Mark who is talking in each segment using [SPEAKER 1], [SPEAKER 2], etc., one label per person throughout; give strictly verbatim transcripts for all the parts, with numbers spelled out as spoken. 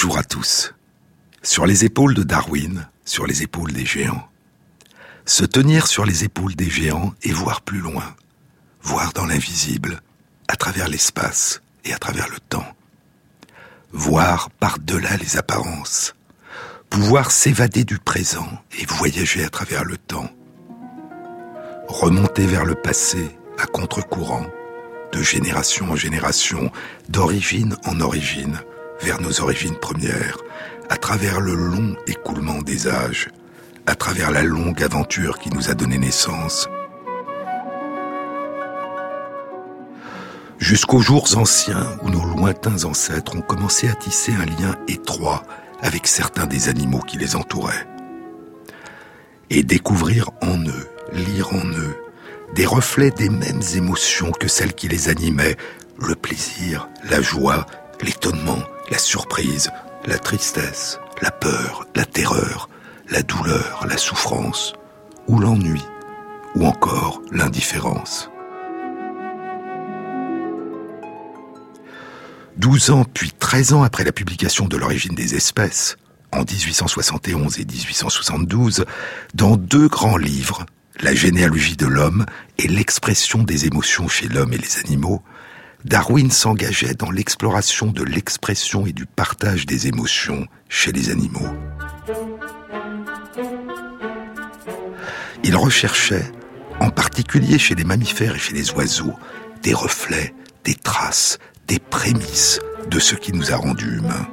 [SPEAKER 1] Bonjour à tous. Sur les épaules de Darwin, sur les épaules des géants. Se tenir sur les épaules des géants et voir plus loin, voir dans l'invisible, à travers l'espace et à travers le temps. Voir par-delà les apparences, pouvoir s'évader du présent et voyager à travers le temps. Remonter vers le passé à contre-courant, de génération en génération, d'origine en origine, vers nos origines premières, à travers le long écoulement des âges, à travers la longue aventure qui nous a donné naissance. Jusqu'aux jours anciens où nos lointains ancêtres ont commencé à tisser un lien étroit avec certains des animaux qui les entouraient. Et découvrir en eux, lire en eux, des reflets des mêmes émotions que celles qui les animaient, le plaisir, la joie, l'étonnement, la surprise, la tristesse, la peur, la terreur, la douleur, la souffrance, ou l'ennui, ou encore l'indifférence. Douze ans puis treize ans après la publication de l'origine des espèces, en dix-huit cent soixante et onze et dix-huit cent soixante-douze, dans deux grands livres, La généalogie de l'homme et l'expression des émotions chez l'homme et les animaux, Darwin s'engageait dans l'exploration de l'expression et du partage des émotions chez les animaux. Il recherchait, en particulier chez les mammifères et chez les oiseaux, des reflets, des traces, des prémices de ce qui nous a rendus humains.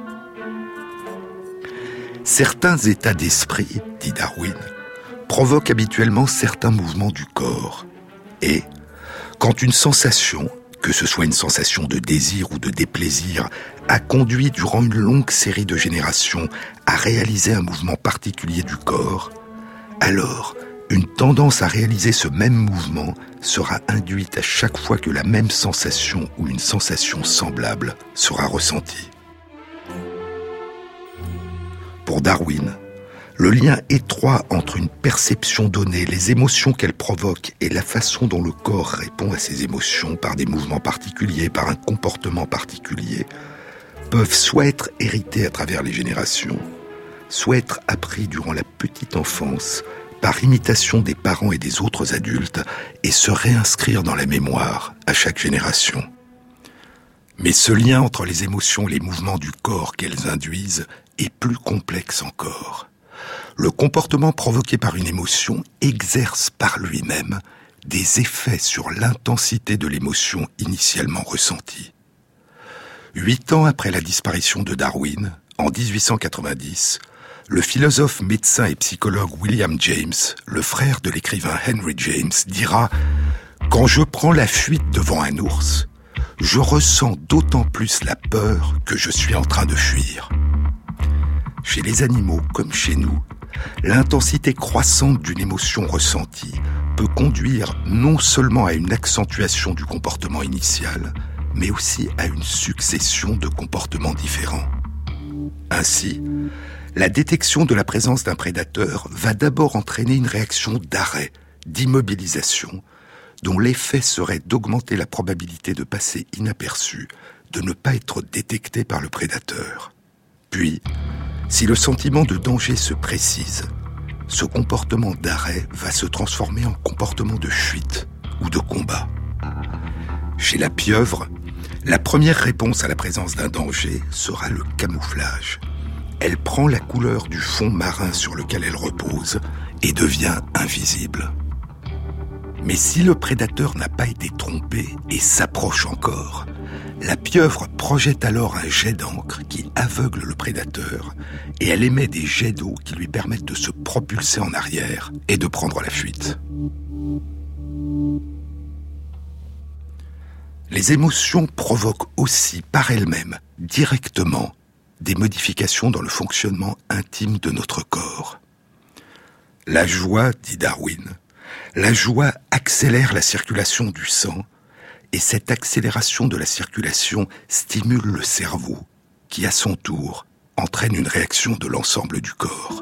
[SPEAKER 1] Certains états d'esprit, dit Darwin, provoquent habituellement certains mouvements du corps. Et, quand une sensation, que ce soit une sensation de désir ou de déplaisir, a conduit durant une longue série de générations à réaliser un mouvement particulier du corps, alors une tendance à réaliser ce même mouvement sera induite à chaque fois que la même sensation ou une sensation semblable sera ressentie. Pour Darwin, le lien étroit entre une perception donnée, les émotions qu'elle provoque et la façon dont le corps répond à ces émotions par des mouvements particuliers, par un comportement particulier, peuvent soit être hérités à travers les générations, soit être appris durant la petite enfance, par imitation des parents et des autres adultes, et se réinscrire dans la mémoire à chaque génération. Mais ce lien entre les émotions et les mouvements du corps qu'elles induisent est plus complexe encore. Le comportement provoqué par une émotion exerce par lui-même des effets sur l'intensité de l'émotion initialement ressentie. Huit ans après la disparition de Darwin, en dix-huit cent quatre-vingt-dix, le philosophe, médecin et psychologue William James, le frère de l'écrivain Henry James, dira « Quand je prends la fuite devant un ours, je ressens d'autant plus la peur que je suis en train de fuir. » Chez les animaux comme chez nous, l'intensité croissante d'une émotion ressentie peut conduire non seulement à une accentuation du comportement initial, mais aussi à une succession de comportements différents. Ainsi, la détection de la présence d'un prédateur va d'abord entraîner une réaction d'arrêt, d'immobilisation, dont l'effet serait d'augmenter la probabilité de passer inaperçu, de ne pas être détecté par le prédateur. Puis, si le sentiment de danger se précise, ce comportement d'arrêt va se transformer en comportement de fuite ou de combat. Chez la pieuvre, la première réponse à la présence d'un danger sera le camouflage. Elle prend la couleur du fond marin sur lequel elle repose et devient invisible. Mais si le prédateur n'a pas été trompé et s'approche encore, la pieuvre projette alors un jet d'encre qui aveugle le prédateur et elle émet des jets d'eau qui lui permettent de se propulser en arrière et de prendre la fuite. Les émotions provoquent aussi par elles-mêmes, directement, des modifications dans le fonctionnement intime de notre corps. La joie, dit Darwin, la joie accélère la circulation du sang et cette accélération de la circulation stimule le cerveau qui, à son tour, entraîne une réaction de l'ensemble du corps.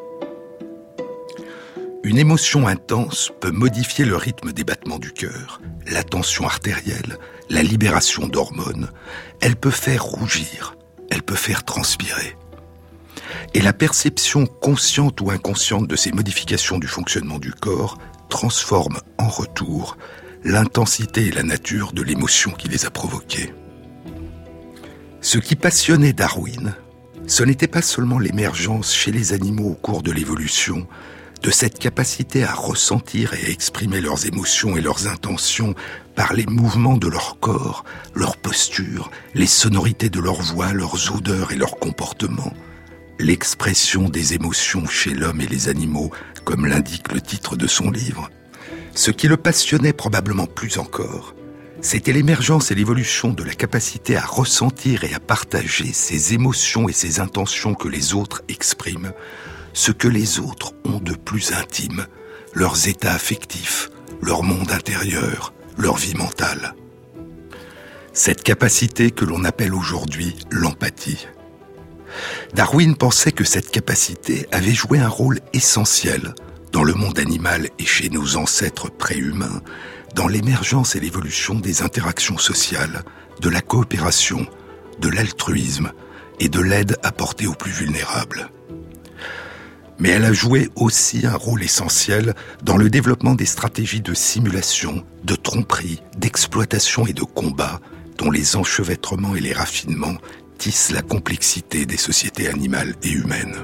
[SPEAKER 1] Une émotion intense peut modifier le rythme des battements du cœur, la tension artérielle, la libération d'hormones. Elle peut faire rougir, elle peut faire transpirer. Et la perception consciente ou inconsciente de ces modifications du fonctionnement du corps transforme en retour l'intensité et la nature de l'émotion qui les a provoquées. Ce qui passionnait Darwin, ce n'était pas seulement l'émergence chez les animaux au cours de l'évolution de cette capacité à ressentir et à exprimer leurs émotions et leurs intentions par les mouvements de leur corps, leur posture, les sonorités de leur voix, leurs odeurs et leurs comportements, l'expression des émotions chez l'homme et les animaux, comme l'indique le titre de son livre. Ce qui le passionnait probablement plus encore, c'était l'émergence et l'évolution de la capacité à ressentir et à partager ces émotions et ces intentions que les autres expriment, ce que les autres ont de plus intime, leurs états affectifs, leur monde intérieur, leur vie mentale. Cette capacité que l'on appelle aujourd'hui l'empathie. Darwin pensait que cette capacité avait joué un rôle essentiel dans le monde animal et chez nos ancêtres préhumains, dans l'émergence et l'évolution des interactions sociales, de la coopération, de l'altruisme et de l'aide apportée aux plus vulnérables. Mais elle a joué aussi un rôle essentiel dans le développement des stratégies de simulation, de tromperie, d'exploitation et de combat, dont les enchevêtrements et les raffinements tissent la complexité des sociétés animales et humaines.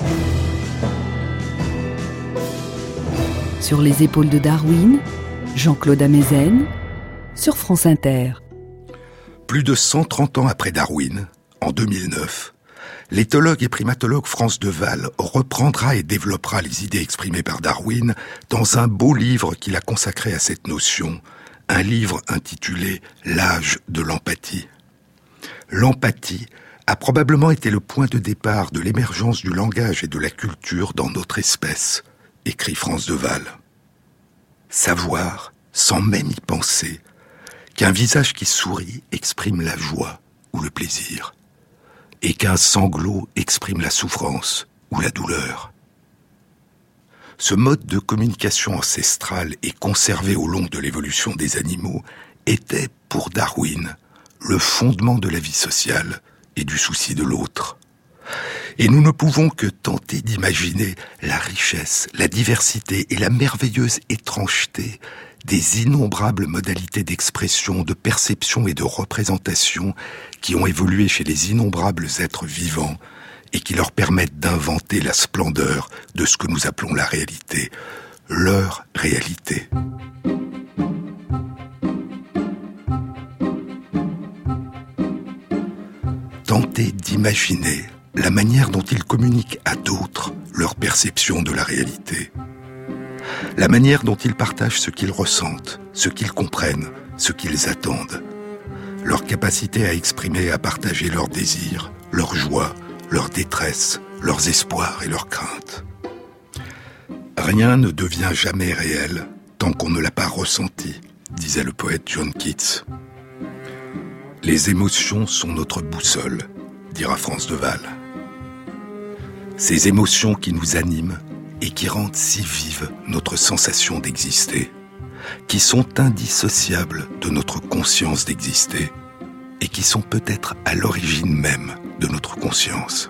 [SPEAKER 2] Sur les épaules de Darwin, Jean-Claude Amezen, sur France Inter.
[SPEAKER 1] Plus de cent trente ans après Darwin, en deux mille neuf, l'éthologue et primatologue France de Waal reprendra et développera les idées exprimées par Darwin dans un beau livre qu'il a consacré à cette notion, un livre intitulé « L'âge de l'empathie ». L'empathie a probablement été le point de départ de l'émergence du langage et de la culture dans notre espèce, écrit France de Waal. Savoir, sans même y penser, qu'un visage qui sourit exprime la joie ou le plaisir, et qu'un sanglot exprime la souffrance ou la douleur. Ce mode de communication ancestrale et conservé au long de l'évolution des animaux était, pour Darwin, le fondement de la vie sociale et du souci de l'autre. Et nous ne pouvons que tenter d'imaginer la richesse, la diversité et la merveilleuse étrangeté des innombrables modalités d'expression, de perception et de représentation qui ont évolué chez les innombrables êtres vivants et qui leur permettent d'inventer la splendeur de ce que nous appelons la réalité, leur réalité. Tenter d'imaginer la manière dont ils communiquent à d'autres leur perception de la réalité. La manière dont ils partagent ce qu'ils ressentent, ce qu'ils comprennent, ce qu'ils attendent. Leur capacité à exprimer et à partager leurs désirs, leurs joies, leurs détresses, leurs espoirs et leurs craintes. Rien ne devient jamais réel tant qu'on ne l'a pas ressenti, disait le poète John Keats. Les émotions sont notre boussole, dira France de Waal. Ces émotions qui nous animent et qui rendent si vive notre sensation d'exister, qui sont indissociables de notre conscience d'exister et qui sont peut-être à l'origine même de notre conscience.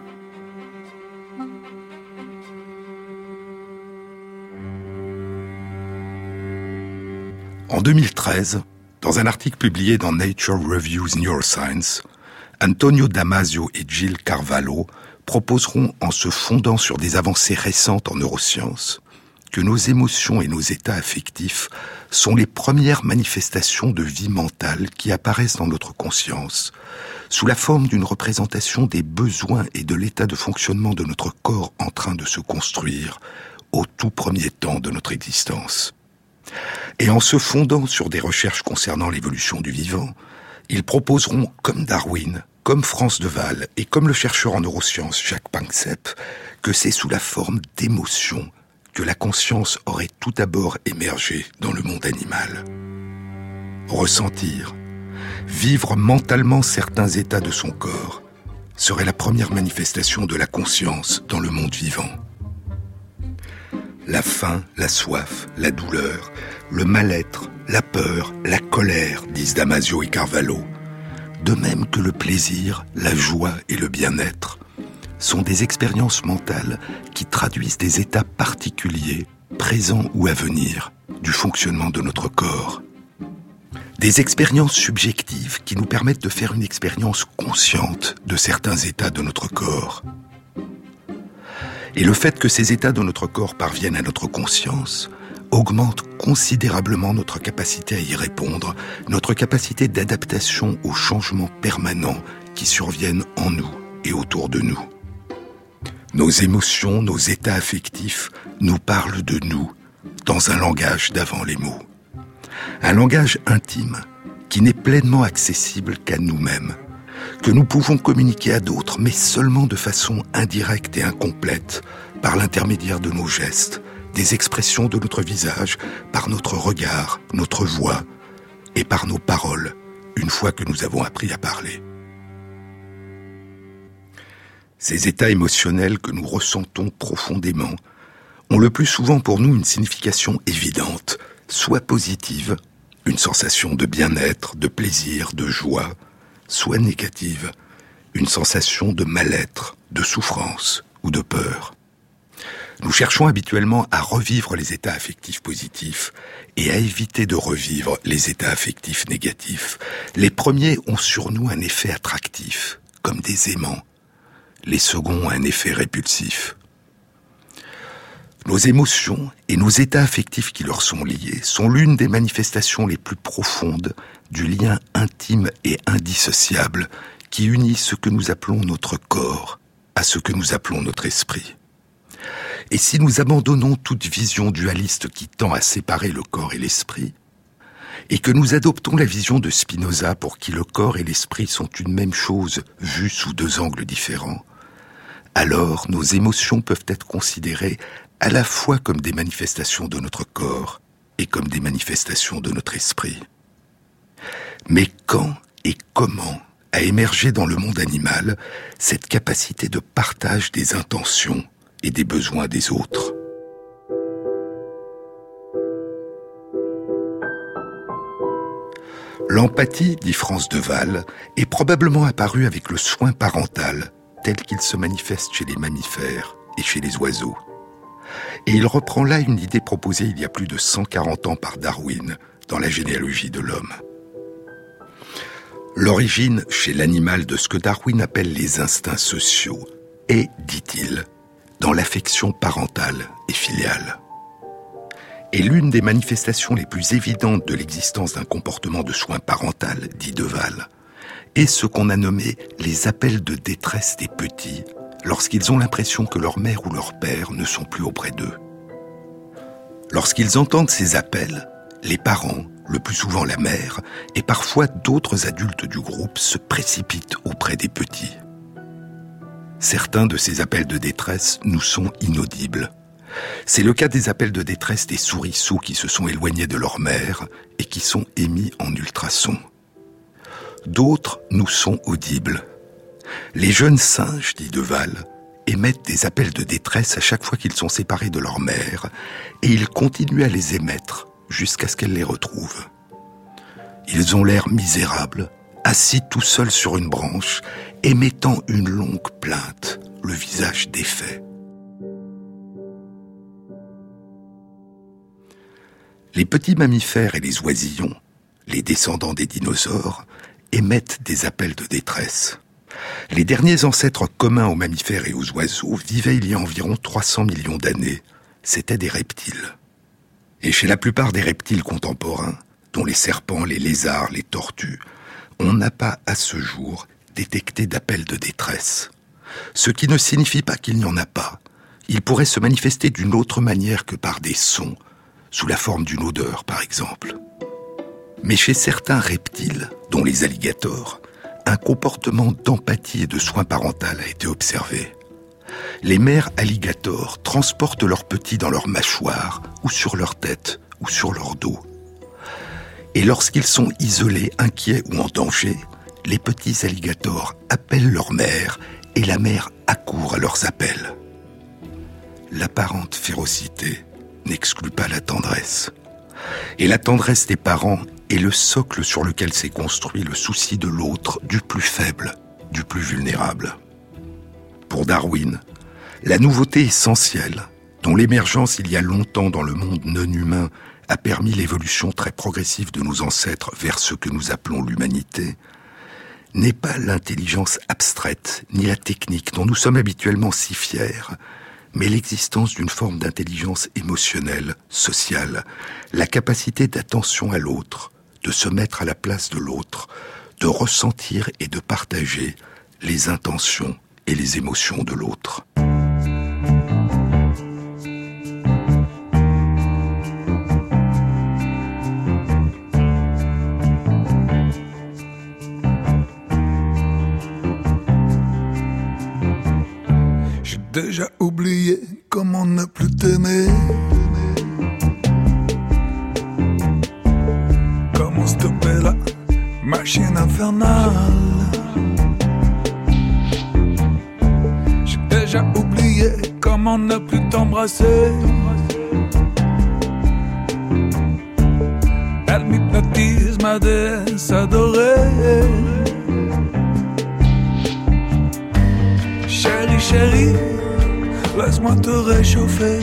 [SPEAKER 1] En deux mille treize, dans un article publié dans Nature Reviews Neuroscience, Antonio Damasio et Jill Carvalho proposeront, en se fondant sur des avancées récentes en neurosciences, que nos émotions et nos états affectifs sont les premières manifestations de vie mentale qui apparaissent dans notre conscience, sous la forme d'une représentation des besoins et de l'état de fonctionnement de notre corps en train de se construire au tout premier temps de notre existence. Et en se fondant sur des recherches concernant l'évolution du vivant, ils proposeront, comme Darwin, comme France de Waal et comme le chercheur en neurosciences Jacques Panksepp, que c'est sous la forme d'émotions que la conscience aurait tout d'abord émergé dans le monde animal. Ressentir, vivre mentalement certains états de son corps, serait la première manifestation de la conscience dans le monde vivant. La faim, la soif, la douleur, le mal-être, la peur, la colère, disent Damasio et Carvalho, de même que le plaisir, la joie et le bien-être, sont des expériences mentales qui traduisent des états particuliers, présents ou à venir, du fonctionnement de notre corps. Des expériences subjectives qui nous permettent de faire une expérience consciente de certains états de notre corps. Et le fait que ces états de notre corps parviennent à notre conscience augmente considérablement notre capacité à y répondre, notre capacité d'adaptation aux changements permanents qui surviennent en nous et autour de nous. Nos émotions, nos états affectifs nous parlent de nous dans un langage d'avant les mots. Un langage intime qui n'est pleinement accessible qu'à nous-mêmes, que nous pouvons communiquer à d'autres, mais seulement de façon indirecte et incomplète, par l'intermédiaire de nos gestes, des expressions de notre visage, par notre regard, notre voix, et par nos paroles, une fois que nous avons appris à parler. Ces états émotionnels que nous ressentons profondément ont le plus souvent pour nous une signification évidente, soit positive, une sensation de bien-être, de plaisir, de joie, soit négative, une sensation de mal-être, de souffrance ou de peur. Nous cherchons habituellement à revivre les états affectifs positifs et à éviter de revivre les états affectifs négatifs. Les premiers ont sur nous un effet attractif, comme des aimants. Les seconds ont un effet répulsif. Nos émotions et nos états affectifs qui leur sont liés sont l'une des manifestations les plus profondes du lien intime et indissociable qui unit ce que nous appelons notre corps à ce que nous appelons notre esprit. Et si nous abandonnons toute vision dualiste qui tend à séparer le corps et l'esprit, et que nous adoptons la vision de Spinoza pour qui le corps et l'esprit sont une même chose vue sous deux angles différents, alors nos émotions peuvent être considérées à la fois comme des manifestations de notre corps et comme des manifestations de notre esprit. Mais quand et comment a émergé dans le monde animal cette capacité de partage des intentions et des besoins des autres? L'empathie, dit France Deval, est probablement apparue avec le soin parental, tel qu'il se manifeste chez les mammifères et chez les oiseaux. Et il reprend là une idée proposée il y a plus de cent quarante ans par Darwin dans la généalogie de l'homme. L'origine chez l'animal de ce que Darwin appelle les instincts sociaux est, dit-il, dans l'affection parentale et filiale. Et l'une des manifestations les plus évidentes de l'existence d'un comportement de soin parental, dit Deval, est ce qu'on a nommé les appels de détresse des petits lorsqu'ils ont l'impression que leur mère ou leur père ne sont plus auprès d'eux. Lorsqu'ils entendent ces appels, les parents, le plus souvent la mère, et parfois d'autres adultes du groupe se précipitent auprès des petits. Certains de ces appels de détresse nous sont inaudibles. C'est le cas des appels de détresse des souriceaux qui se sont éloignés de leur mère et qui sont émis en ultrasons. D'autres nous sont audibles. Les jeunes singes, dit Deval, émettent des appels de détresse à chaque fois qu'ils sont séparés de leur mère et ils continuent à les émettre jusqu'à ce qu'elle les retrouve. Ils ont l'air misérables, assis tout seuls sur une branche, émettant une longue plainte, le visage défait. Les petits mammifères et les oisillons, les descendants des dinosaures, émettent des appels de détresse. Les derniers ancêtres communs aux mammifères et aux oiseaux vivaient il y a environ trois cents millions d'années. C'étaient des reptiles. Et chez la plupart des reptiles contemporains, dont les serpents, les lézards, les tortues, on n'a pas à ce jour détecté d'appels de détresse. Ce qui ne signifie pas qu'il n'y en a pas. Il pourrait se manifester d'une autre manière que par des sons, sous la forme d'une odeur par exemple. Mais chez certains reptiles, dont les alligators, un comportement d'empathie et de soin parental a été observé. Les mères alligators transportent leurs petits dans leur mâchoire, ou sur leur tête, ou sur leur dos. Et lorsqu'ils sont isolés, inquiets ou en danger, les petits alligators appellent leur mère et la mère accourt à leurs appels. L'apparente férocité n'exclut pas la tendresse. Et la tendresse des parents est le socle sur lequel s'est construit le souci de l'autre, du plus faible, du plus vulnérable. Pour Darwin, la nouveauté essentielle, dont l'émergence il y a longtemps dans le monde non humain a permis l'évolution très progressive de nos ancêtres vers ce que nous appelons l'humanité, n'est pas l'intelligence abstraite, ni la technique dont nous sommes habituellement si fiers, mais l'existence d'une forme d'intelligence émotionnelle, sociale, la capacité d'attention à l'autre, de se mettre à la place de l'autre, de ressentir et de partager les intentions et les émotions de l'autre.
[SPEAKER 3] J'ai déjà oublié comment ne plus t'aimer. Comment stopper la machine infernale. J'ai déjà oublié comment ne plus t'embrasser. Elle m'hypnotise, ma déesse adorée. Chérie, chérie, laisse-moi te réchauffer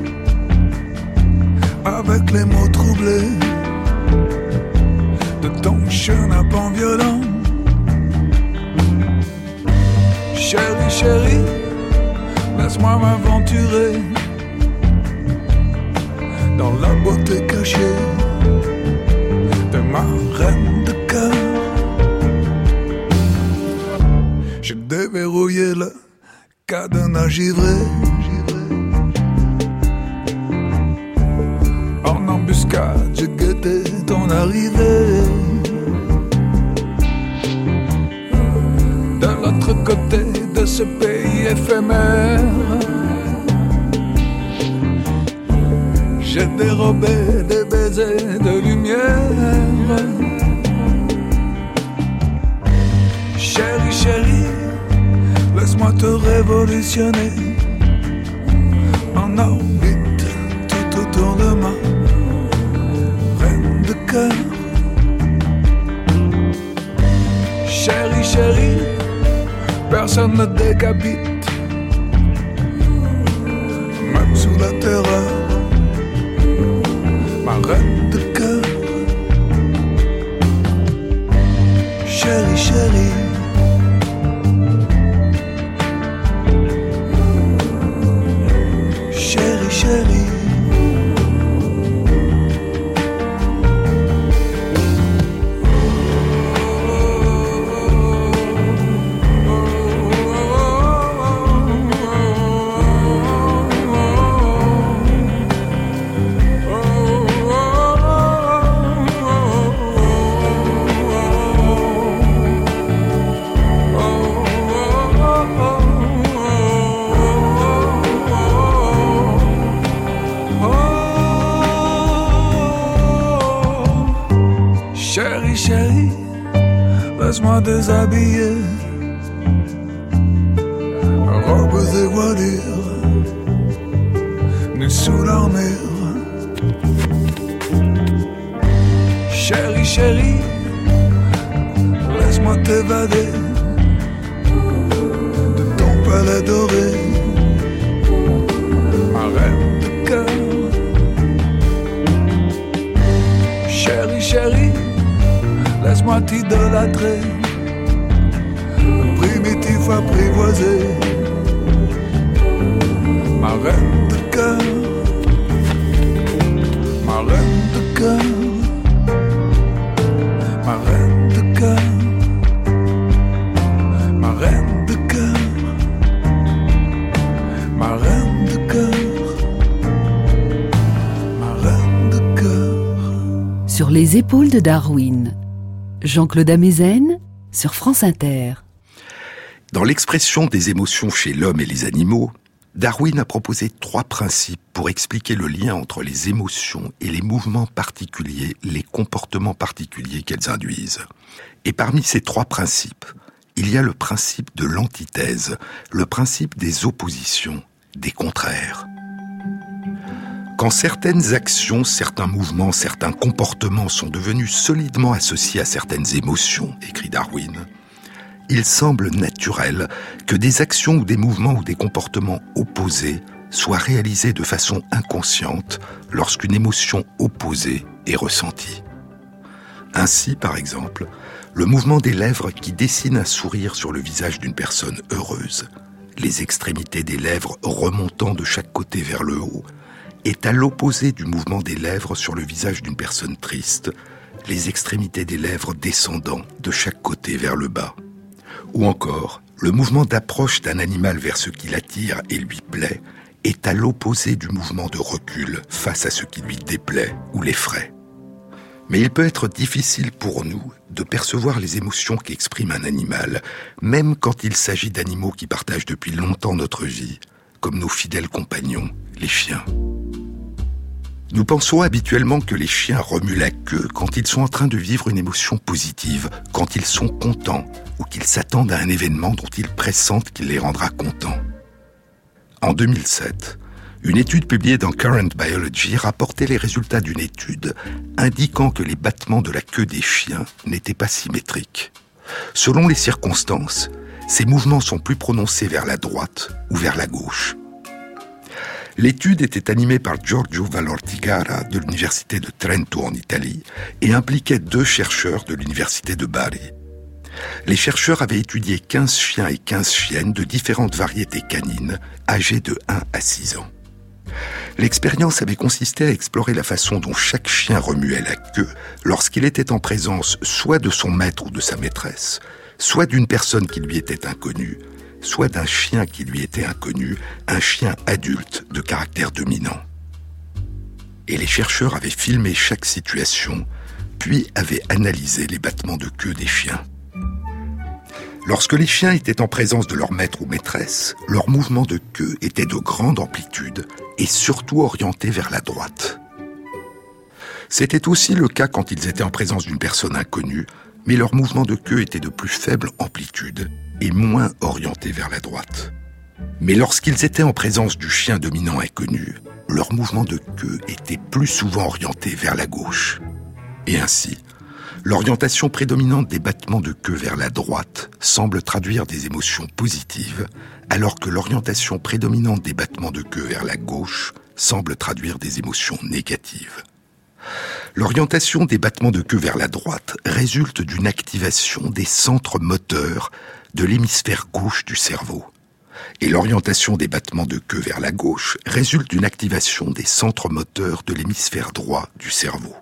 [SPEAKER 3] avec les mots troublés de ton chenapan violent. Chérie, chérie, laisse-moi m'aventurer dans la beauté cachée de ma reine de cœur. J'ai déverrouillé le cadenas givré. En embuscade, j'ai guetté ton arrivée. De l'autre côté de ce pays éphémère, j'ai dérobé des baisers de lumière. Chérie, chérie, laisse-moi te révolutionner en orbite tout autour de ma reine de cœur. Chérie, chérie, personne ne décapite, même sous la terreur, ma reine de cœur. Chérie, chérie, chérie, chérie. Chérie, chérie, laisse-moi déshabiller robes et voilures, nus sous l'armure. Chérie, chérie, laisse-moi t'évader de ton palais doré, ma reine de cœur. Chérie, chérie, laisse-moi t'idolâtrer, primitif apprivoisé, ma reine de cœur, ma reine de cœur, ma reine de cœur, ma reine de cœur, ma reine de cœur, ma reine de cœur.
[SPEAKER 2] Sur les épaules de Darwin, Jean-Claude Amezen sur France Inter.
[SPEAKER 1] Dans l'expression des émotions chez l'homme et les animaux, Darwin a proposé trois principes pour expliquer le lien entre les émotions et les mouvements particuliers, les comportements particuliers qu'elles induisent. Et parmi ces trois principes, il y a le principe de l'antithèse, le principe des oppositions, des contraires. Quand certaines actions, certains mouvements, certains comportements sont devenus solidement associés à certaines émotions, écrit Darwin, il semble naturel que des actions ou des mouvements ou des comportements opposés soient réalisés de façon inconsciente lorsqu'une émotion opposée est ressentie. Ainsi, par exemple, le mouvement des lèvres qui dessine un sourire sur le visage d'une personne heureuse, les extrémités des lèvres remontant de chaque côté vers le haut, est à l'opposé du mouvement des lèvres sur le visage d'une personne triste, les extrémités des lèvres descendant de chaque côté vers le bas. Ou encore, le mouvement d'approche d'un animal vers ce qui l'attire et lui plaît est à l'opposé du mouvement de recul face à ce qui lui déplaît ou l'effraie. Mais il peut être difficile pour nous de percevoir les émotions qu'exprime un animal, même quand il s'agit d'animaux qui partagent depuis longtemps notre vie, comme nos fidèles compagnons, les chiens. Nous pensons habituellement que les chiens remuent la queue quand ils sont en train de vivre une émotion positive, quand ils sont contents ou qu'ils s'attendent à un événement dont ils pressentent qu'il les rendra contents. En deux mille sept, une étude publiée dans Current Biology rapportait les résultats d'une étude indiquant que les battements de la queue des chiens n'étaient pas symétriques. Selon les circonstances, ces mouvements sont plus prononcés vers la droite ou vers la gauche. L'étude était animée par Giorgio Valortigara de l'université de Trento en Italie et impliquait deux chercheurs de l'université de Bari. Les chercheurs avaient étudié quinze chiens et quinze chiennes de différentes variétés canines, âgés de un à six ans. L'expérience avait consisté à explorer la façon dont chaque chien remuait la queue lorsqu'il était en présence soit de son maître ou de sa maîtresse, soit d'une personne qui lui était inconnue, soit d'un chien qui lui était inconnu, un chien adulte de caractère dominant. Et les chercheurs avaient filmé chaque situation, puis avaient analysé les battements de queue des chiens. Lorsque les chiens étaient en présence de leur maître ou maîtresse, leurs mouvements de queue étaient de grande amplitude et surtout orientés vers la droite. C'était aussi le cas quand ils étaient en présence d'une personne inconnue, mais leurs mouvements de queue étaient de plus faible amplitude et moins orientés vers la droite. Mais lorsqu'ils étaient en présence du chien dominant inconnu, leurs mouvements de queue étaient plus souvent orientés vers la gauche. Et ainsi, l'orientation prédominante des battements de queue vers la droite semble traduire des émotions positives, alors que l'orientation prédominante des battements de queue vers la gauche semble traduire des émotions négatives. L'orientation des battements de queue vers la droite résulte d'une activation des centres moteurs de l'hémisphère gauche du cerveau. Et l'orientation des battements de queue vers la gauche résulte d'une activation des centres moteurs de l'hémisphère droit du cerveau.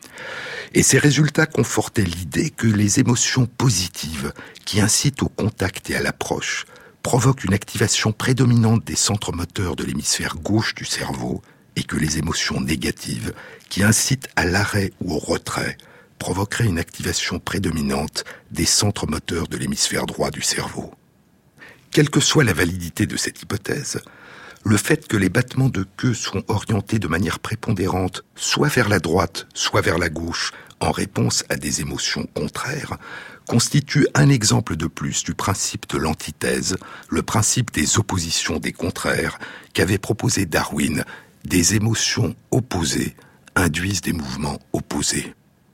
[SPEAKER 1] Et ces résultats confortaient l'idée que les émotions positives qui incitent au contact et à l'approche provoquent une activation prédominante des centres moteurs de l'hémisphère gauche du cerveau et que les émotions négatives qui incitent à l'arrêt ou au retrait provoqueraient une activation prédominante des centres moteurs de l'hémisphère droit du cerveau. Quelle que soit la validité de cette hypothèse, le fait que les battements de queue sont orientés de manière prépondérante soit vers la droite, soit vers la gauche, en réponse à des émotions contraires, constitue un exemple de plus du principe de l'antithèse, le principe des oppositions des contraires, qu'avait proposé Darwin. Des émotions opposées induisent des mouvements opposés.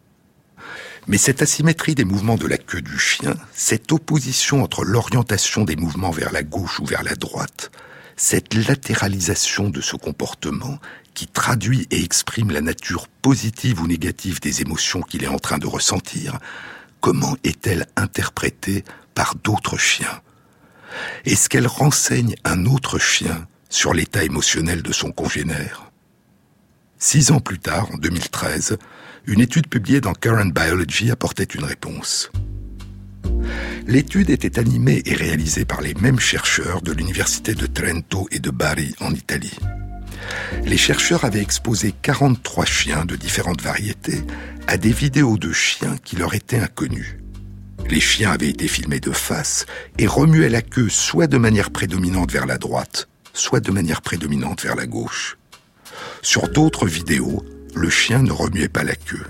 [SPEAKER 1] Mais cette asymétrie des mouvements de la queue du chien, cette opposition entre l'orientation des mouvements vers la gauche ou vers la droite, cette latéralisation de ce comportement qui traduit et exprime la nature positive ou négative des émotions qu'il est en train de ressentir, comment est-elle interprétée par d'autres chiens ? Est-ce qu'elle renseigne un autre chien sur l'état émotionnel de son congénère ? Six ans plus tard, en deux mille treize, une étude publiée dans Current Biology apportait une réponse. L'étude était animée et réalisée par les mêmes chercheurs de l'université de Trento et de Bari en Italie. Les chercheurs avaient exposé quarante-trois chiens de différentes variétés à des vidéos de chiens qui leur étaient inconnus. Les chiens avaient été filmés de face et remuaient la queue soit de manière prédominante vers la droite, soit de manière prédominante vers la gauche. Sur d'autres vidéos, le chien ne remuait pas la queue.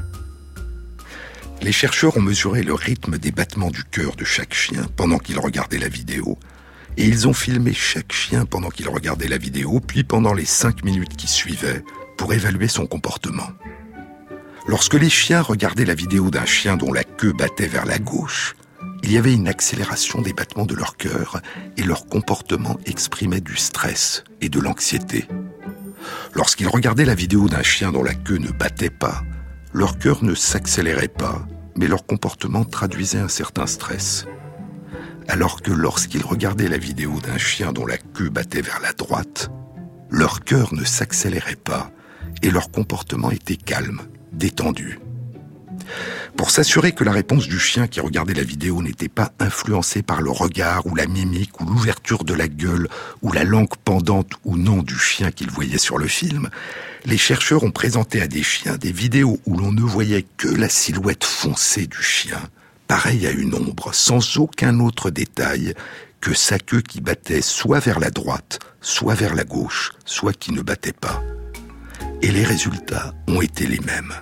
[SPEAKER 1] Les chercheurs ont mesuré le rythme des battements du cœur de chaque chien pendant qu'ils regardaient la vidéo, et ils ont filmé chaque chien pendant qu'il regardait la vidéo, puis pendant les cinq minutes qui suivaient, pour évaluer son comportement. Lorsque les chiens regardaient la vidéo d'un chien dont la queue battait vers la gauche, il y avait une accélération des battements de leur cœur et leur comportement exprimait du stress et de l'anxiété. Lorsqu'ils regardaient la vidéo d'un chien dont la queue ne battait pas, leur cœur ne s'accélérait pas, mais leur comportement traduisait un certain stress. Alors que lorsqu'ils regardaient la vidéo d'un chien dont la queue battait vers la droite, leur cœur ne s'accélérait pas et leur comportement était calme, détendu. Pour s'assurer que la réponse du chien qui regardait la vidéo n'était pas influencée par le regard ou la mimique ou l'ouverture de la gueule ou la langue pendante ou non du chien qu'il voyait sur le film, les chercheurs ont présenté à des chiens des vidéos où l'on ne voyait que la silhouette foncée du chien, pareille à une ombre, sans aucun autre détail que sa queue qui battait soit vers la droite, soit vers la gauche, soit qui ne battait pas. Et les résultats ont été les mêmes.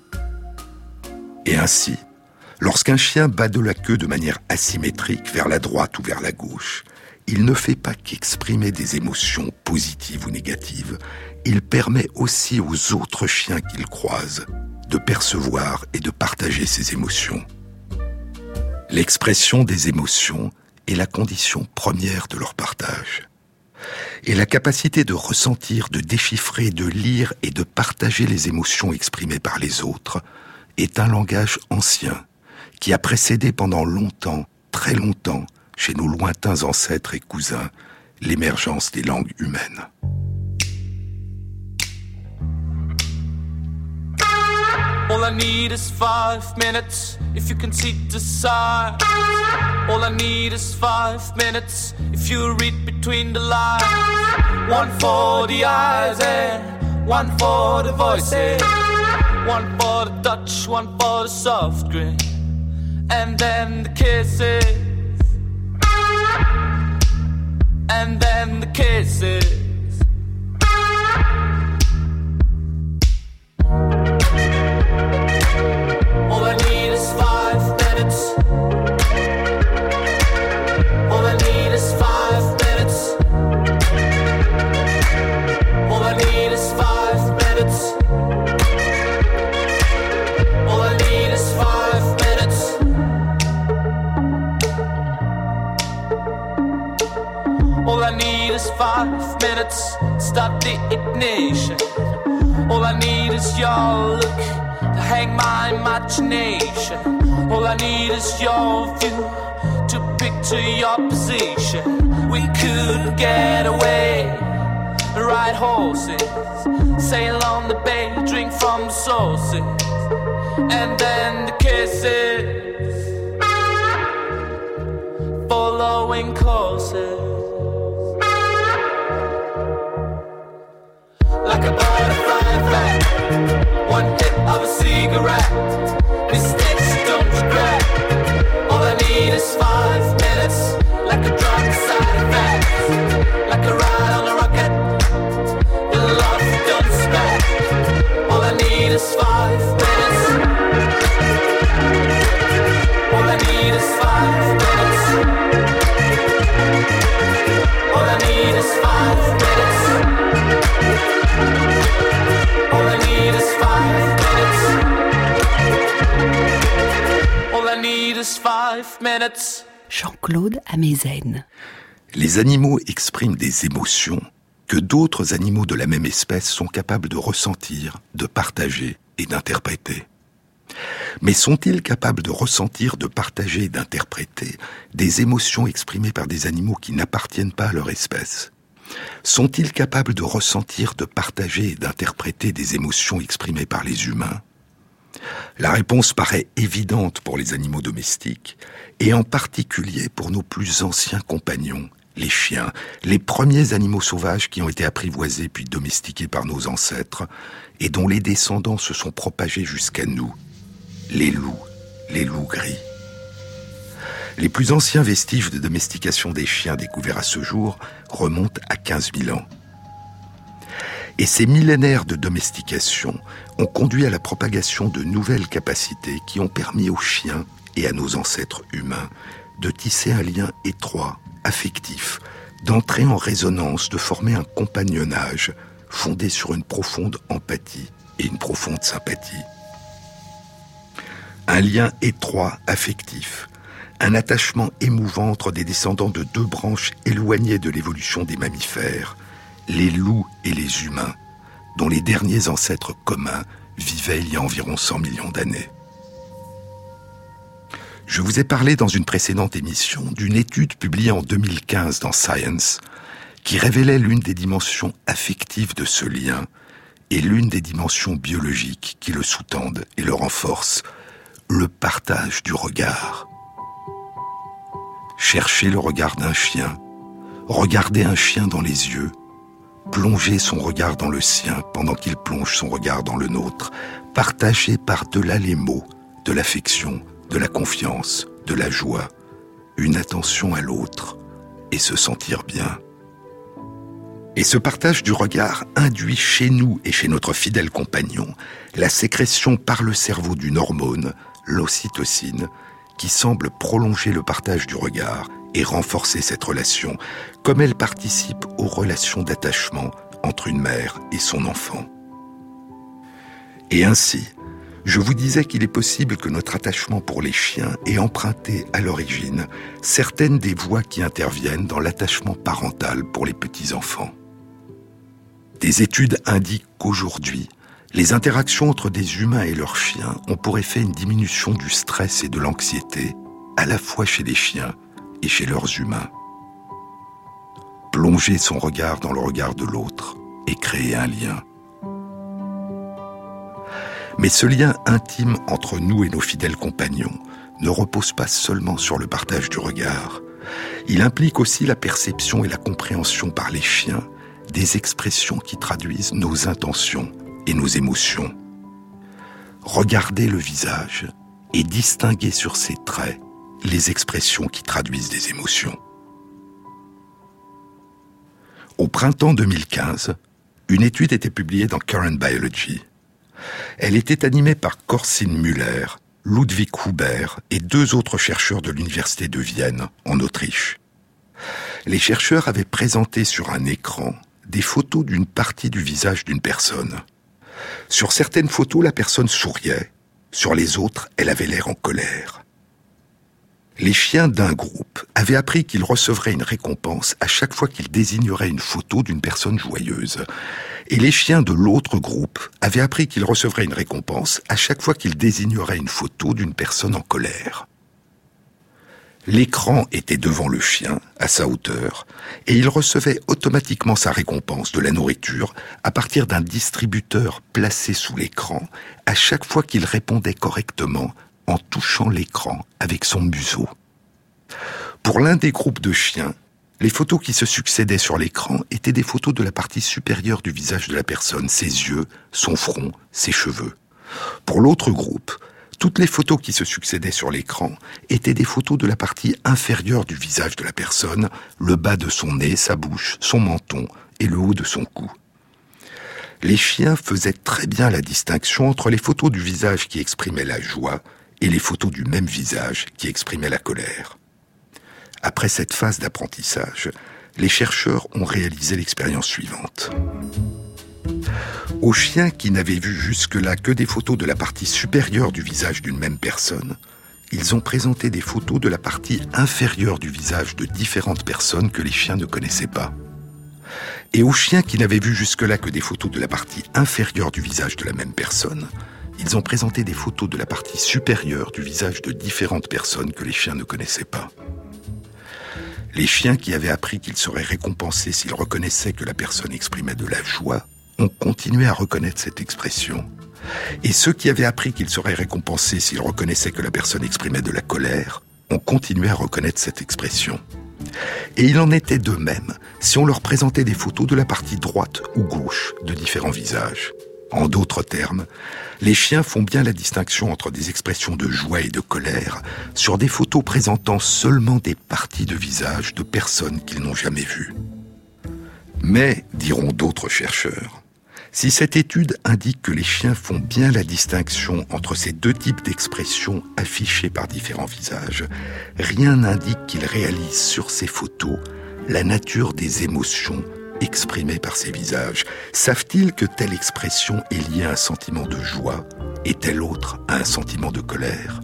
[SPEAKER 1] Et ainsi, lorsqu'un chien bat de la queue de manière asymétrique vers la droite ou vers la gauche, il ne fait pas qu'exprimer des émotions positives ou négatives, il permet aussi aux autres chiens qu'il croise de percevoir et de partager ces émotions. L'expression des émotions est la condition première de leur partage. Et la capacité de ressentir, de déchiffrer, de lire et de partager les émotions exprimées par les autres est un langage ancien qui a précédé pendant longtemps, très longtemps, chez nos lointains ancêtres et cousins, l'émergence des langues humaines.
[SPEAKER 4] All I need is five minutes if you can see the signs. All I need is five minutes if you read between the lines. One for the eyes and one for the voices. One for the touch, one for the soft grin. And then the kisses. And then the kisses. All I need is five minutes. All I need is five minutes. All I need is five minutes. All I need is five minutes. All I need is five minutes. Start the ignition. All I need is your look to hang my imagination. All I need is your view to picture your position. We could get away, ride horses, sail on the bay, drink from the sources, and then the kisses, following courses. Like a butterfly effect, one hit of a cigarette, mistakes don't regret. All I need is five minutes, like a drug side effect, like a ride on a rocket, the love you don't expect. All I need is five minutes. All I need is five minutes. All I need is five minutes. All I need is five minutes. All I need is five minutes.
[SPEAKER 2] Jean-Claude Amezen.
[SPEAKER 1] Les animaux expriment des émotions que d'autres animaux de la même espèce sont capables de ressentir, de partager et d'interpréter. Mais sont-ils capables de ressentir, de partager et d'interpréter des émotions exprimées par des animaux qui n'appartiennent pas à leur espèce ? Sont-ils capables de ressentir, de partager et d'interpréter des émotions exprimées par les humains ? La réponse paraît évidente pour les animaux domestiques, et en particulier pour nos plus anciens compagnons, les chiens, les premiers animaux sauvages qui ont été apprivoisés puis domestiqués par nos ancêtres, et dont les descendants se sont propagés jusqu'à nous, les loups, les loups gris. Les plus anciens vestiges de domestication des chiens découverts à ce jour remontent à quinze mille ans. Et ces millénaires de domestication ont conduit à la propagation de nouvelles capacités qui ont permis aux chiens et à nos ancêtres humains de tisser un lien étroit, affectif, d'entrer en résonance, de former un compagnonnage fondée sur une profonde empathie et une profonde sympathie. Un lien étroit, affectif, un attachement émouvant entre des descendants de deux branches éloignées de l'évolution des mammifères, les loups et les humains, dont les derniers ancêtres communs vivaient il y a environ cent millions d'années. Je vous ai parlé dans une précédente émission d'une étude publiée en deux mille quinze dans Science qui révélait l'une des dimensions affectives de ce lien et l'une des dimensions biologiques qui le sous-tendent et le renforcent, le partage du regard. Chercher le regard d'un chien, regarder un chien dans les yeux, plonger son regard dans le sien pendant qu'il plonge son regard dans le nôtre, partager par-delà les mots de l'affection, de la confiance, de la joie, une attention à l'autre et se sentir bien. Et ce partage du regard induit chez nous et chez notre fidèle compagnon la sécrétion par le cerveau d'une hormone, l'ocytocine, qui semble prolonger le partage du regard et renforcer cette relation, comme elle participe aux relations d'attachement entre une mère et son enfant. Et ainsi, je vous disais qu'il est possible que notre attachement pour les chiens ait emprunté à l'origine certaines des voies qui interviennent dans l'attachement parental pour les petits-enfants. Des études indiquent qu'aujourd'hui, les interactions entre des humains et leurs chiens ont pour effet une diminution du stress et de l'anxiété, à la fois chez les chiens et chez leurs humains. Plonger son regard dans le regard de l'autre et créer un lien. Mais ce lien intime entre nous et nos fidèles compagnons ne repose pas seulement sur le partage du regard. Il implique aussi la perception et la compréhension par les chiens des expressions qui traduisent nos intentions et nos émotions. Regarder le visage et distinguer sur ses traits les expressions qui traduisent des émotions. Au printemps deux mille quinze, une étude était publiée dans Current Biology. Elle était animée par Corzine Müller, Ludwig Huber et deux autres chercheurs de l'Université de Vienne, en Autriche. Les chercheurs avaient présenté sur un écran des photos d'une partie du visage d'une personne. Sur certaines photos, la personne souriait, sur les autres, elle avait l'air en colère. Les chiens d'un groupe avaient appris qu'ils recevraient une récompense à chaque fois qu'ils désigneraient une photo d'une personne joyeuse. Et les chiens de l'autre groupe avaient appris qu'ils recevraient une récompense à chaque fois qu'ils désigneraient une photo d'une personne en colère. L'écran était devant le chien, à sa hauteur, et il recevait automatiquement sa récompense de la nourriture à partir d'un distributeur placé sous l'écran à chaque fois qu'il répondait correctement en touchant l'écran avec son museau. Pour l'un des groupes de chiens, les photos qui se succédaient sur l'écran étaient des photos de la partie supérieure du visage de la personne, ses yeux, son front, ses cheveux. Pour l'autre groupe, toutes les photos qui se succédaient sur l'écran étaient des photos de la partie inférieure du visage de la personne, le bas de son nez, sa bouche, son menton et le haut de son cou. Les chiens faisaient très bien la distinction entre les photos du visage qui exprimaient la joie et les photos du même visage qui exprimaient la colère. Après cette phase d'apprentissage, les chercheurs ont réalisé l'expérience suivante. Aux chiens qui n'avaient vu jusque-là que des photos de la partie supérieure du visage d'une même personne, ils ont présenté des photos de la partie inférieure du visage de différentes personnes que les chiens ne connaissaient pas. Et aux chiens qui n'avaient vu jusque-là que des photos de la partie inférieure du visage de la même personne, ils ont présenté des photos de la partie supérieure du visage de différentes personnes que les chiens ne connaissaient pas. Les chiens qui avaient appris qu'ils seraient récompensés s'ils reconnaissaient que la personne exprimait de la joie ont continué à reconnaître cette expression. Et ceux qui avaient appris qu'ils seraient récompensés s'ils reconnaissaient que la personne exprimait de la colère ont continué à reconnaître cette expression. Et il en était de même si on leur présentait des photos de la partie droite ou gauche de différents visages. En d'autres termes, les chiens font bien la distinction entre des expressions de joie et de colère sur des photos présentant seulement des parties de visage de personnes qu'ils n'ont jamais vues. Mais, diront d'autres chercheurs, si cette étude indique que les chiens font bien la distinction entre ces deux types d'expressions affichées par différents visages, rien n'indique qu'ils réalisent sur ces photos la nature des émotions exprimée par ces visages? Savent-ils que telle expression est liée à un sentiment de joie et telle autre à un sentiment de colère?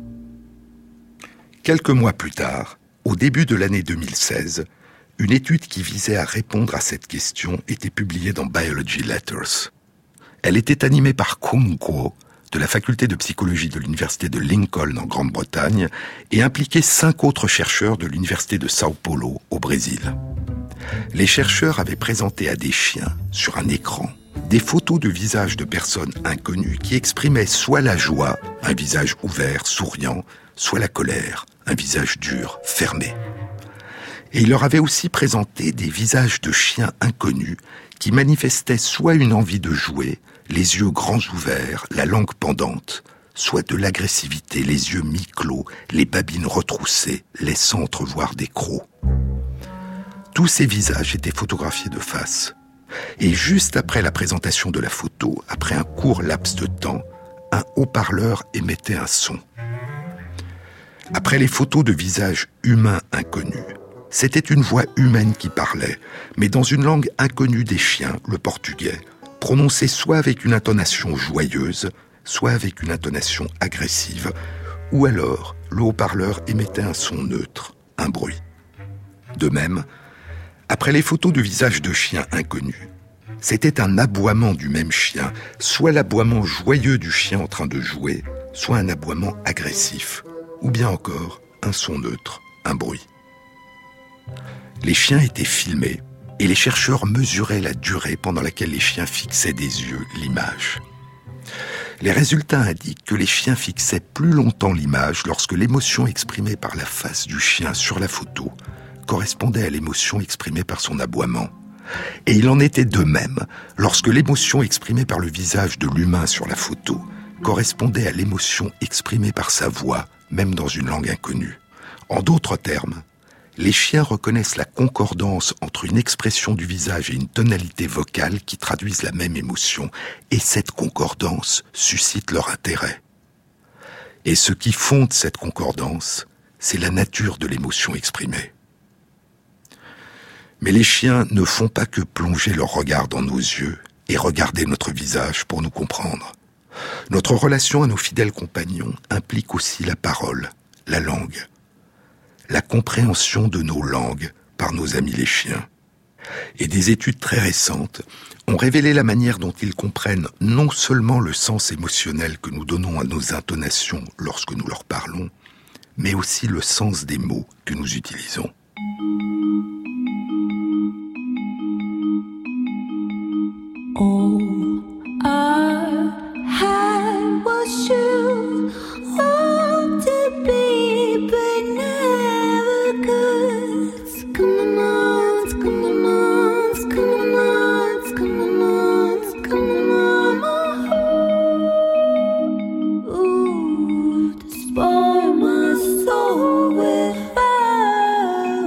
[SPEAKER 1] Quelques mois plus tard, au début de l'année deux mille seize, une étude qui visait à répondre à cette question était publiée dans Biology Letters. Elle était animée par Kun Kuo, de la faculté de psychologie de l'université de Lincoln en Grande-Bretagne, et impliquait cinq autres chercheurs de l'université de Sao Paulo au Brésil. Les chercheurs avaient présenté à des chiens, sur un écran, des photos de visages de personnes inconnues qui exprimaient soit la joie, un visage ouvert, souriant, soit la colère, un visage dur, fermé. Et il leur avait aussi présenté des visages de chiens inconnus qui manifestaient soit une envie de jouer, les yeux grands ouverts, la langue pendante, soit de l'agressivité, les yeux mi-clos, les babines retroussées, laissant entrevoir des crocs. Tous ces visages étaient photographiés de face. Et juste après la présentation de la photo, après un court laps de temps, un haut-parleur émettait un son. Après les photos de visages humains inconnus, c'était une voix humaine qui parlait, mais dans une langue inconnue des chiens, le portugais, prononcée soit avec une intonation joyeuse, soit avec une intonation agressive, ou alors le haut-parleur émettait un son neutre, un bruit. De même, après les photos de visages de chiens inconnus, c'était un aboiement du même chien, soit l'aboiement joyeux du chien en train de jouer, soit un aboiement agressif, ou bien encore un son neutre, un bruit. Les chiens étaient filmés et les chercheurs mesuraient la durée pendant laquelle les chiens fixaient des yeux l'image. Les résultats indiquent que les chiens fixaient plus longtemps l'image lorsque l'émotion exprimée par la face du chien sur la photo correspondait à l'émotion exprimée par son aboiement. Et il en était de même lorsque l'émotion exprimée par le visage de l'humain sur la photo correspondait à l'émotion exprimée par sa voix, même dans une langue inconnue. En d'autres termes, les chiens reconnaissent la concordance entre une expression du visage et une tonalité vocale qui traduisent la même émotion, et cette concordance suscite leur intérêt. Et ce qui fonde cette concordance, c'est la nature de l'émotion exprimée. Mais les chiens ne font pas que plonger leur regard dans nos yeux et regarder notre visage pour nous comprendre. Notre relation à nos fidèles compagnons implique aussi la parole, la langue, la compréhension de nos langues par nos amis les chiens. Et des études très récentes ont révélé la manière dont ils comprennent non seulement le sens émotionnel que nous donnons à nos intonations lorsque nous leur parlons, mais aussi le sens des mots que nous utilisons.
[SPEAKER 5] All I had was you, long to be, but never could. It's coming on, it's coming on, it's coming on, it's coming on, it's coming on. Ooh, to spoil my soul with fire.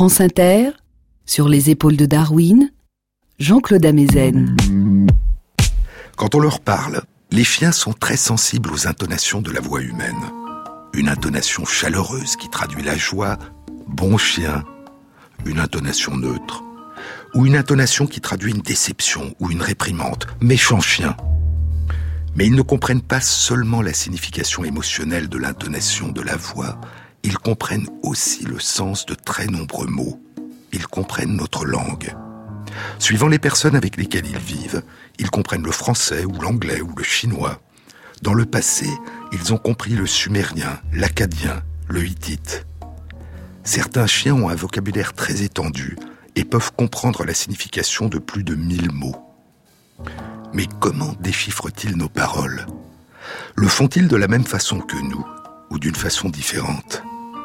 [SPEAKER 2] France Inter, sur les épaules de Darwin, Jean-Claude Amezen.
[SPEAKER 1] Quand on leur parle, les chiens sont très sensibles aux intonations de la voix humaine. Une intonation chaleureuse qui traduit la joie, bon chien, une intonation neutre, ou une intonation qui traduit une déception ou une réprimande, méchant chien. Mais ils ne comprennent pas seulement la signification émotionnelle de l'intonation de la voix, ils comprennent aussi le sens de très nombreux mots. Ils comprennent notre langue. Suivant les personnes avec lesquelles ils vivent, ils comprennent le français ou l'anglais ou le chinois. Dans le passé, ils ont compris le sumérien, l'acadien, le hittite. Certains chiens ont un vocabulaire très étendu et peuvent comprendre la signification de plus de mille mots. Mais comment déchiffrent-ils nos paroles ? Le font-ils de la même façon que nous ou d'une façon différente ?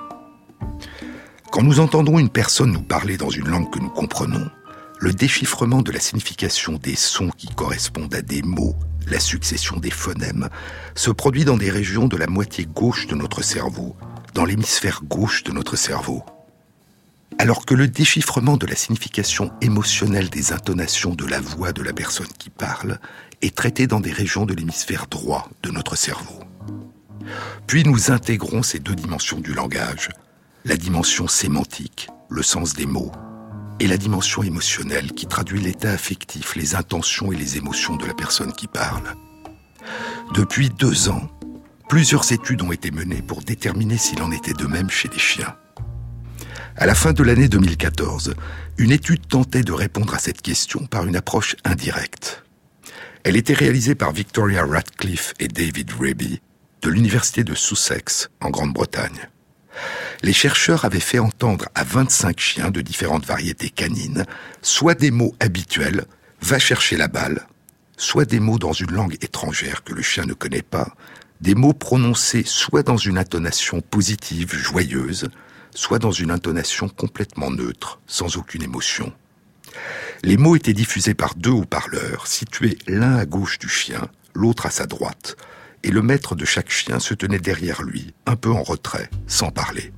[SPEAKER 1] Quand nous entendons une personne nous parler dans une langue que nous comprenons, le déchiffrement de la signification des sons qui correspondent à des mots, la succession des phonèmes, se produit dans des régions de la moitié gauche de notre cerveau, dans l'hémisphère gauche de notre cerveau. Alors que le déchiffrement de la signification émotionnelle des intonations de la voix de la personne qui parle est traité dans des régions de l'hémisphère droit de notre cerveau. Puis nous intégrons ces deux dimensions du langage, la dimension sémantique, le sens des mots, et la dimension émotionnelle qui traduit l'état affectif, les intentions et les émotions de la personne qui parle. Depuis deux ans, plusieurs études ont été menées pour déterminer s'il en était de même chez les chiens. À la fin de l'année deux mille quatorze, une étude tentait de répondre à cette question par une approche indirecte. Elle était réalisée par Victoria Radcliffe et David Raby de l'université de Sussex en Grande-Bretagne. Les chercheurs avaient fait entendre à vingt-cinq chiens de différentes variétés canines soit des mots habituels, « va chercher la balle », soit des mots dans une langue étrangère que le chien ne connaît pas, des mots prononcés soit dans une intonation positive, joyeuse, soit dans une intonation complètement neutre, sans aucune émotion. Les mots étaient diffusés par deux haut-parleurs, situés l'un à gauche du chien, l'autre à sa droite, et le maître de chaque chien se tenait derrière lui, un peu en retrait, sans parler.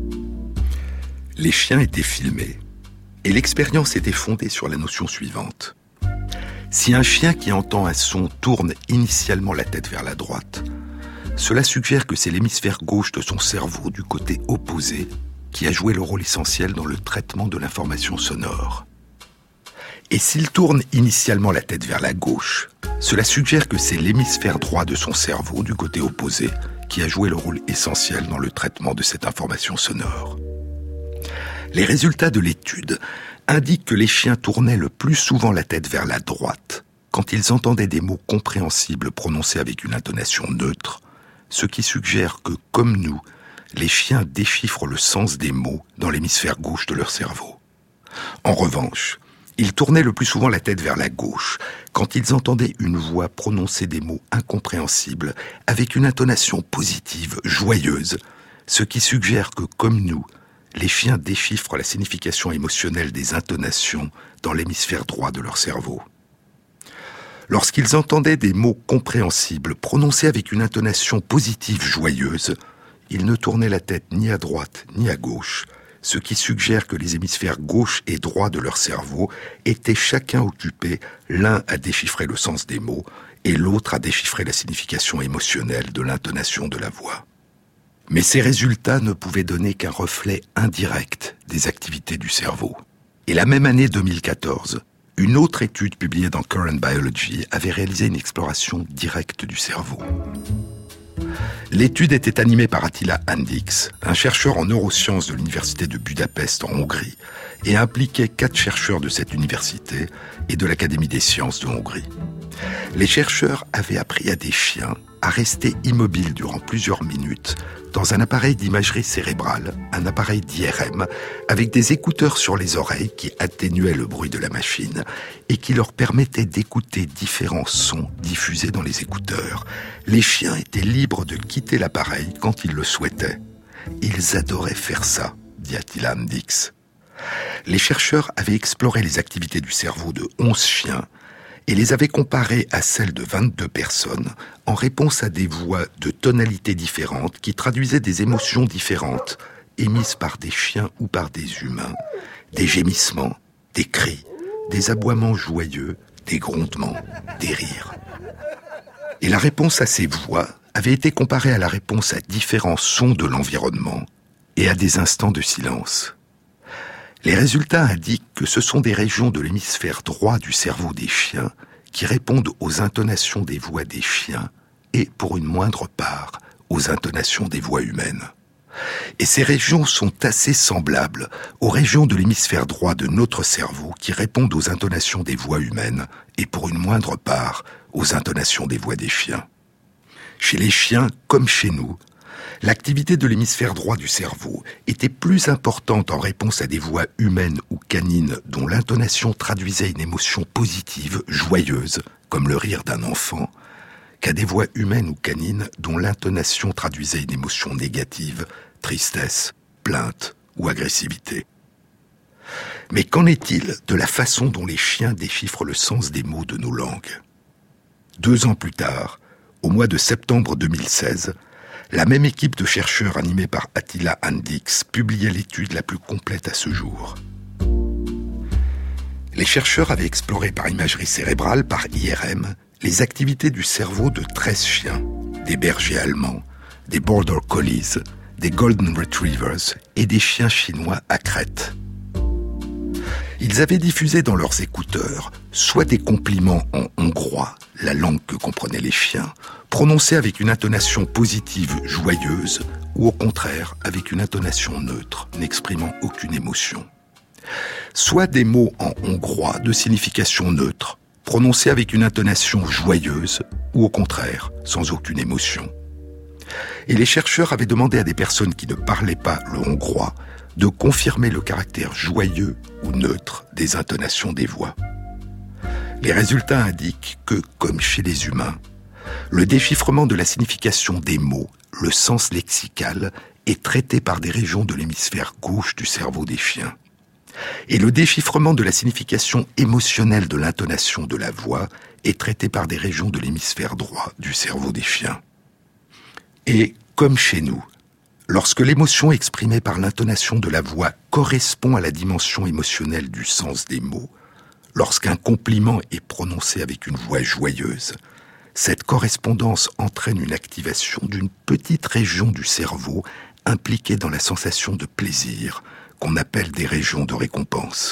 [SPEAKER 1] Les chiens étaient filmés, et l'expérience était fondée sur la notion suivante. Si un chien qui entend un son tourne initialement la tête vers la droite, cela suggère que c'est l'hémisphère gauche de son cerveau du côté opposé qui a joué le rôle essentiel dans le traitement de l'information sonore. Et s'il tourne initialement la tête vers la gauche, cela suggère que c'est l'hémisphère droit de son cerveau du côté opposé qui a joué le rôle essentiel dans le traitement de cette information sonore. Les résultats de l'étude indiquent que les chiens tournaient le plus souvent la tête vers la droite quand ils entendaient des mots compréhensibles prononcés avec une intonation neutre, ce qui suggère que, comme nous, les chiens déchiffrent le sens des mots dans l'hémisphère gauche de leur cerveau. En revanche, ils tournaient le plus souvent la tête vers la gauche quand ils entendaient une voix prononcer des mots incompréhensibles avec une intonation positive, joyeuse, ce qui suggère que, comme nous, les chiens déchiffrent la signification émotionnelle des intonations dans l'hémisphère droit de leur cerveau. Lorsqu'ils entendaient des mots compréhensibles prononcés avec une intonation positive, joyeuse, ils ne tournaient la tête ni à droite ni à gauche, ce qui suggère que les hémisphères gauche et droit de leur cerveau étaient chacun occupés, l'un à déchiffrer le sens des mots et l'autre à déchiffrer la signification émotionnelle de l'intonation de la voix. Mais ces résultats ne pouvaient donner qu'un reflet indirect des activités du cerveau. Et la même année deux mille quatorze, une autre étude publiée dans Current Biology avait réalisé une exploration directe du cerveau. L'étude était animée par Attila Andix, un chercheur en neurosciences de l'université de Budapest en Hongrie, et impliquait quatre chercheurs de cette université et de l'Académie des sciences de Hongrie. Les chercheurs avaient appris à des chiens à rester immobiles durant plusieurs minutes dans un appareil d'imagerie cérébrale, un appareil d'I R M, avec des écouteurs sur les oreilles qui atténuaient le bruit de la machine et qui leur permettaient d'écouter différents sons diffusés dans les écouteurs. Les chiens étaient libres de quitter l'appareil quand ils le souhaitaient. Ils adoraient faire ça, dit Attila Andix. Les chercheurs avaient exploré les activités du cerveau de onze chiens et les avaient comparées à celles de vingt-deux personnes en réponse à des voix de tonalités différentes qui traduisaient des émotions différentes émises par des chiens ou par des humains, des gémissements, des cris, des aboiements joyeux, des grondements, des rires. Et la réponse à ces voix avait été comparée à la réponse à différents sons de l'environnement et à des instants de silence. Les résultats indiquent que ce sont des régions de l'hémisphère droit du cerveau des chiens qui répondent aux intonations des voix des chiens et, pour une moindre part, aux intonations des voix humaines. Et ces régions sont assez semblables aux régions de l'hémisphère droit de notre cerveau qui répondent aux intonations des voix humaines et, pour une moindre part, aux intonations des voix des chiens. Chez les chiens, comme chez nous, l'activité de l'hémisphère droit du cerveau était plus importante en réponse à des voix humaines ou canines dont l'intonation traduisait une émotion positive, joyeuse, comme le rire d'un enfant, qu'à des voix humaines ou canines dont l'intonation traduisait une émotion négative, tristesse, plainte ou agressivité. Mais qu'en est-il de la façon dont les chiens déchiffrent le sens des mots de nos langues ? Deux ans plus tard, au mois de septembre deux mille seize, la même équipe de chercheurs animée par Attila Andix publiait l'étude la plus complète à ce jour. Les chercheurs avaient exploré par imagerie cérébrale, par I R M, les activités du cerveau de treize chiens, des bergers allemands, des border collies, des golden retrievers et des chiens chinois à crête. Ils avaient diffusé dans leurs écouteurs soit des compliments en hongrois, la langue que comprenaient les chiens, prononcés avec une intonation positive joyeuse, ou au contraire avec une intonation neutre, n'exprimant aucune émotion. Soit des mots en hongrois de signification neutre, prononcés avec une intonation joyeuse, ou au contraire sans aucune émotion. Et les chercheurs avaient demandé à des personnes qui ne parlaient pas le hongrois de confirmer le caractère joyeux ou neutre des intonations des voix. Les résultats indiquent que, comme chez les humains, le déchiffrement de la signification des mots, le sens lexical, est traité par des régions de l'hémisphère gauche du cerveau des chiens. Et le déchiffrement de la signification émotionnelle de l'intonation de la voix est traité par des régions de l'hémisphère droit du cerveau des chiens. Et, comme chez nous, lorsque l'émotion exprimée par l'intonation de la voix correspond à la dimension émotionnelle du sens des mots, lorsqu'un compliment est prononcé avec une voix joyeuse, cette correspondance entraîne une activation d'une petite région du cerveau impliquée dans la sensation de plaisir, qu'on appelle des régions de récompense.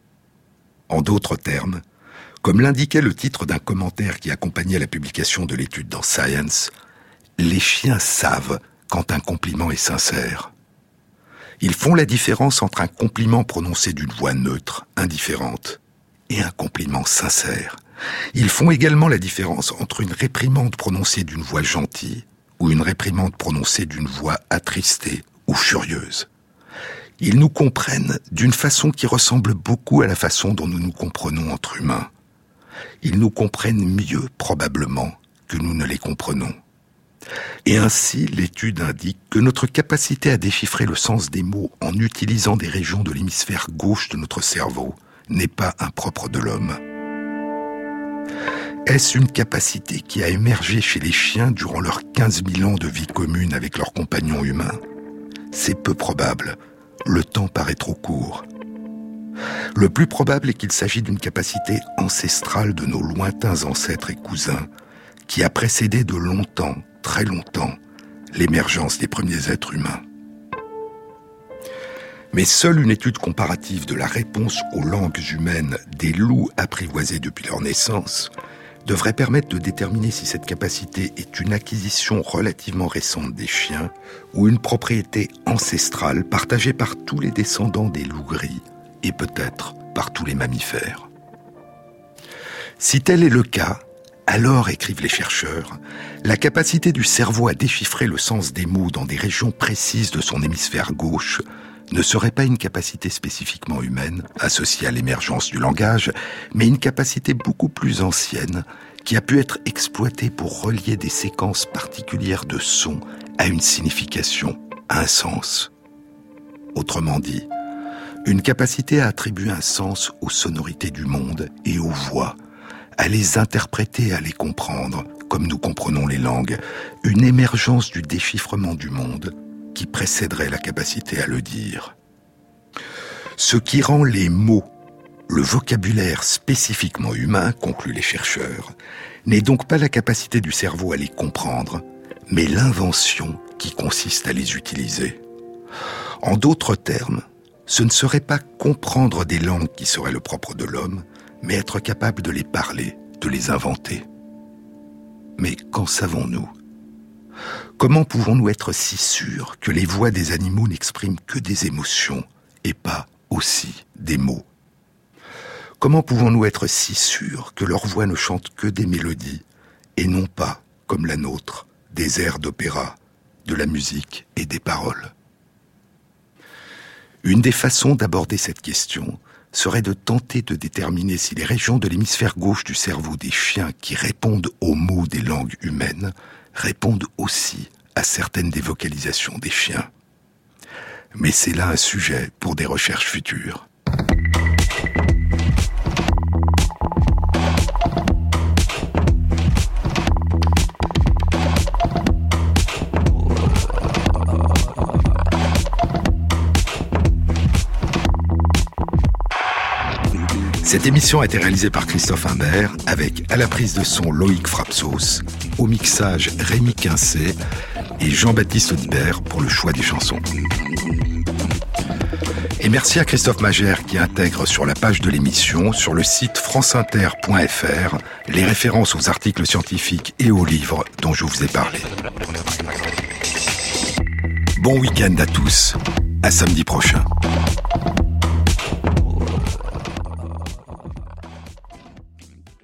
[SPEAKER 1] En d'autres termes, comme l'indiquait le titre d'un commentaire qui accompagnait la publication de l'étude dans Science, les chiens savent quand un compliment est sincère. Ils font la différence entre un compliment prononcé d'une voix neutre, indifférente, et un compliment sincère. Ils font également la différence entre une réprimande prononcée d'une voix gentille ou une réprimande prononcée d'une voix attristée ou furieuse. Ils nous comprennent d'une façon qui ressemble beaucoup à la façon dont nous nous comprenons entre humains. Ils nous comprennent mieux, probablement, que nous ne les comprenons. Et ainsi, l'étude indique que notre capacité à déchiffrer le sens des mots en utilisant des régions de l'hémisphère gauche de notre cerveau n'est pas impropre de l'homme. Est-ce une capacité qui a émergé chez les chiens durant leurs quinze mille ans de vie commune avec leurs compagnons humains ? C'est peu probable. Le temps paraît trop court. Le plus probable est qu'il s'agit d'une capacité ancestrale de nos lointains ancêtres et cousins qui a précédé de longtemps, très longtemps, l'émergence des premiers êtres humains. Mais seule une étude comparative de la réponse aux langues humaines des loups apprivoisés depuis leur naissance devrait permettre de déterminer si cette capacité est une acquisition relativement récente des chiens ou une propriété ancestrale partagée par tous les descendants des loups gris et peut-être par tous les mammifères. Si tel est le cas, alors, écrivent les chercheurs, la capacité du cerveau à déchiffrer le sens des mots dans des régions précises de son hémisphère gauche ne serait pas une capacité spécifiquement humaine, associée à l'émergence du langage, mais une capacité beaucoup plus ancienne, qui a pu être exploitée pour relier des séquences particulières de sons à une signification, à un sens. Autrement dit, une capacité à attribuer un sens aux sonorités du monde et aux voix, à les interpréter, à les comprendre, comme nous comprenons les langues, une émergence du déchiffrement du monde, qui précéderait la capacité à le dire. Ce qui rend les mots, le vocabulaire spécifiquement humain, concluent les chercheurs, n'est donc pas la capacité du cerveau à les comprendre, mais l'invention qui consiste à les utiliser. En d'autres termes, ce ne serait pas comprendre des langues qui seraient le propre de l'homme, mais être capable de les parler, de les inventer. Mais qu'en savons-nous ? Comment pouvons-nous être si sûrs que les voix des animaux n'expriment que des émotions et pas aussi des mots ? Comment pouvons-nous être si sûrs que leurs voix ne chantent que des mélodies et non pas, comme la nôtre, des airs d'opéra, de la musique et des paroles ? Une des façons d'aborder cette question serait de tenter de déterminer si les régions de l'hémisphère gauche du cerveau des chiens qui répondent aux mots des langues humaines répondent aussi à certaines des vocalisations des chiens. Mais c'est là un sujet pour des recherches futures. Cette émission a été réalisée par Christophe Imbert, avec à la prise de son Loïc Frapsos, au mixage Rémi Quincé et Jean-Baptiste Audibert pour le choix des chansons. Et merci à Christophe Magère qui intègre sur la page de l'émission, sur le site franceinter point f r, les références aux articles scientifiques et aux livres dont je vous ai parlé. Bon week-end à tous, à samedi prochain.